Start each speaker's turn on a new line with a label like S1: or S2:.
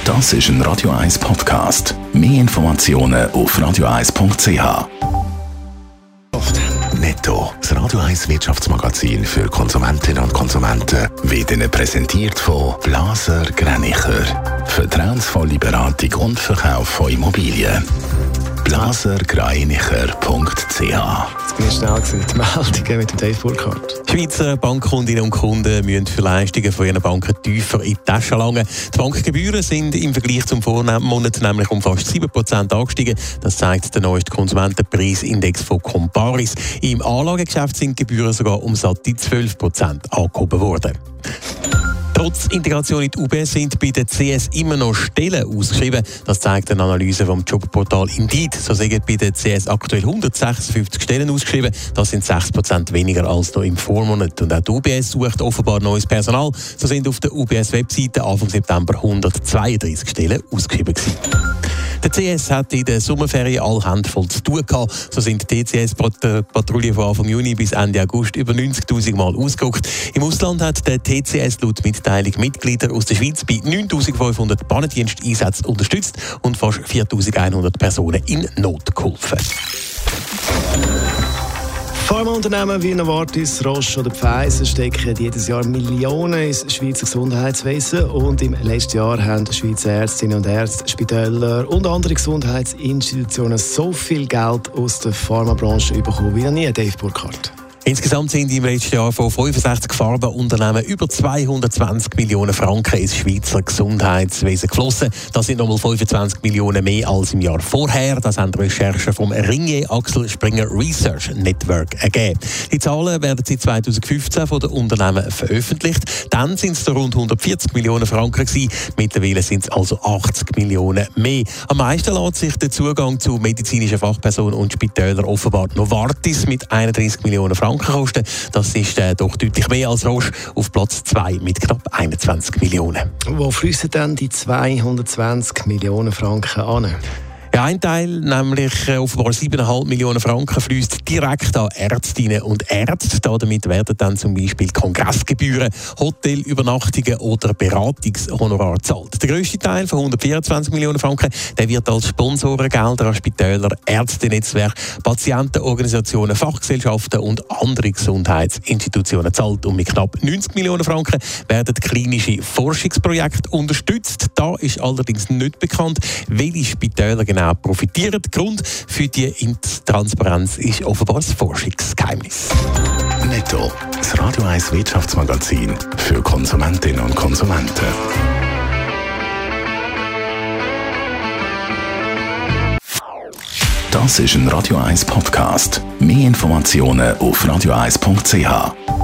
S1: Das ist ein Radio 1 Podcast. Mehr Informationen auf radio1.ch. Netto, das Radio 1 Wirtschaftsmagazin für Konsumentinnen und Konsumenten, wird Ihnen präsentiert von Blaser Greinicher. Vertrauensvolle Beratung und Verkauf von Immobilien. blasergreinicher.ch.
S2: Jetzt bin ich schnell gewesen. Die Meldungen mit dem Dave Burkhardt.
S3: Schweizer Bankkundinnen und Kunden müssen für Leistungen von ihren Banken tiefer in die Tasche langen. Die Bankgebühren sind im Vergleich zum Vormonat nämlich um fast 7% angestiegen. Das zeigt der neueste Konsumentenpreisindex von Comparis. Im Anlagegeschäft sind die Gebühren sogar um satte 12% angehoben worden. Trotz Integration in die UBS sind bei der CS immer noch Stellen ausgeschrieben. Das zeigt eine Analyse vom Jobportal Indeed. So sind bei der CS aktuell 156 Stellen ausgeschrieben. Das sind 6% weniger als noch im Vormonat. Und auch die UBS sucht offenbar neues Personal. So sind auf der UBS-Webseite Anfang September 132 Stellen ausgeschrieben gewesen. Der CS hat in der Sommerferien alle Hände voll zu tun gehabt. So sind die TCS-Patrouillen von Anfang Juni bis Ende August über 90'000 Mal ausgerückt. Im Ausland hat der TCS laut Mitteilung Mitglieder aus der Schweiz bei 9'500 Bahndiensteinsätzen unterstützt und fast 4'100 Personen in Not geholfen.
S2: Pharmaunternehmen wie Novartis, Roche oder Pfizer stecken jedes Jahr Millionen ins Schweizer Gesundheitswesen. Und im letzten Jahr haben Schweizer Ärztinnen und Ärzte, Spitäler und andere Gesundheitsinstitutionen so viel Geld aus der Pharmabranche bekommen wie noch nie, Dave Burkhardt.
S3: Insgesamt sind im letzten Jahr von 65 Pharmaunternehmen über 220 Millionen Franken ins Schweizer Gesundheitswesen geflossen. Das sind nochmal 25 Millionen mehr als im Jahr vorher. Das haben Recherchen vom Ringier Axel Springer Research Network ergeben. Die Zahlen werden seit 2015 von den Unternehmen veröffentlicht. Dann sind es rund 140 Millionen Franken gewesen. Mittlerweile sind es also 80 Millionen mehr. Am meisten lässt sich der Zugang zu medizinischen Fachpersonen und Spitälern offenbar Novartis mit 31 Millionen Franken kosten. Das ist doch deutlich mehr als Roche auf Platz 2 mit knapp 21 Millionen.
S2: Wo fließen denn die 220 Millionen Franken an?
S3: Ja, ein Teil, nämlich offenbar 7,5 Millionen Franken, fließt direkt an Ärztinnen und Ärzte. Damit werden dann zum Beispiel Kongressgebühren, Hotelübernachtungen oder Beratungshonorar gezahlt. Der grösste Teil von 124 Millionen Franken, der wird als Sponsorengelder an Spitäler, Ärztenetzwerk, Patientenorganisationen, Fachgesellschaften und andere Gesundheitsinstitutionen gezahlt. Und mit knapp 90 Millionen Franken werden klinische Forschungsprojekte unterstützt. Da ist allerdings nicht bekannt, welche Spitäler genau profitieren. Der Grund für die Intransparenz ist offenbar das Forschungsgeheimnis.
S1: Netto, das Radio 1 Wirtschaftsmagazin für Konsumentinnen und Konsumenten. Das ist ein Radio 1 Podcast. Mehr Informationen auf radio1.ch.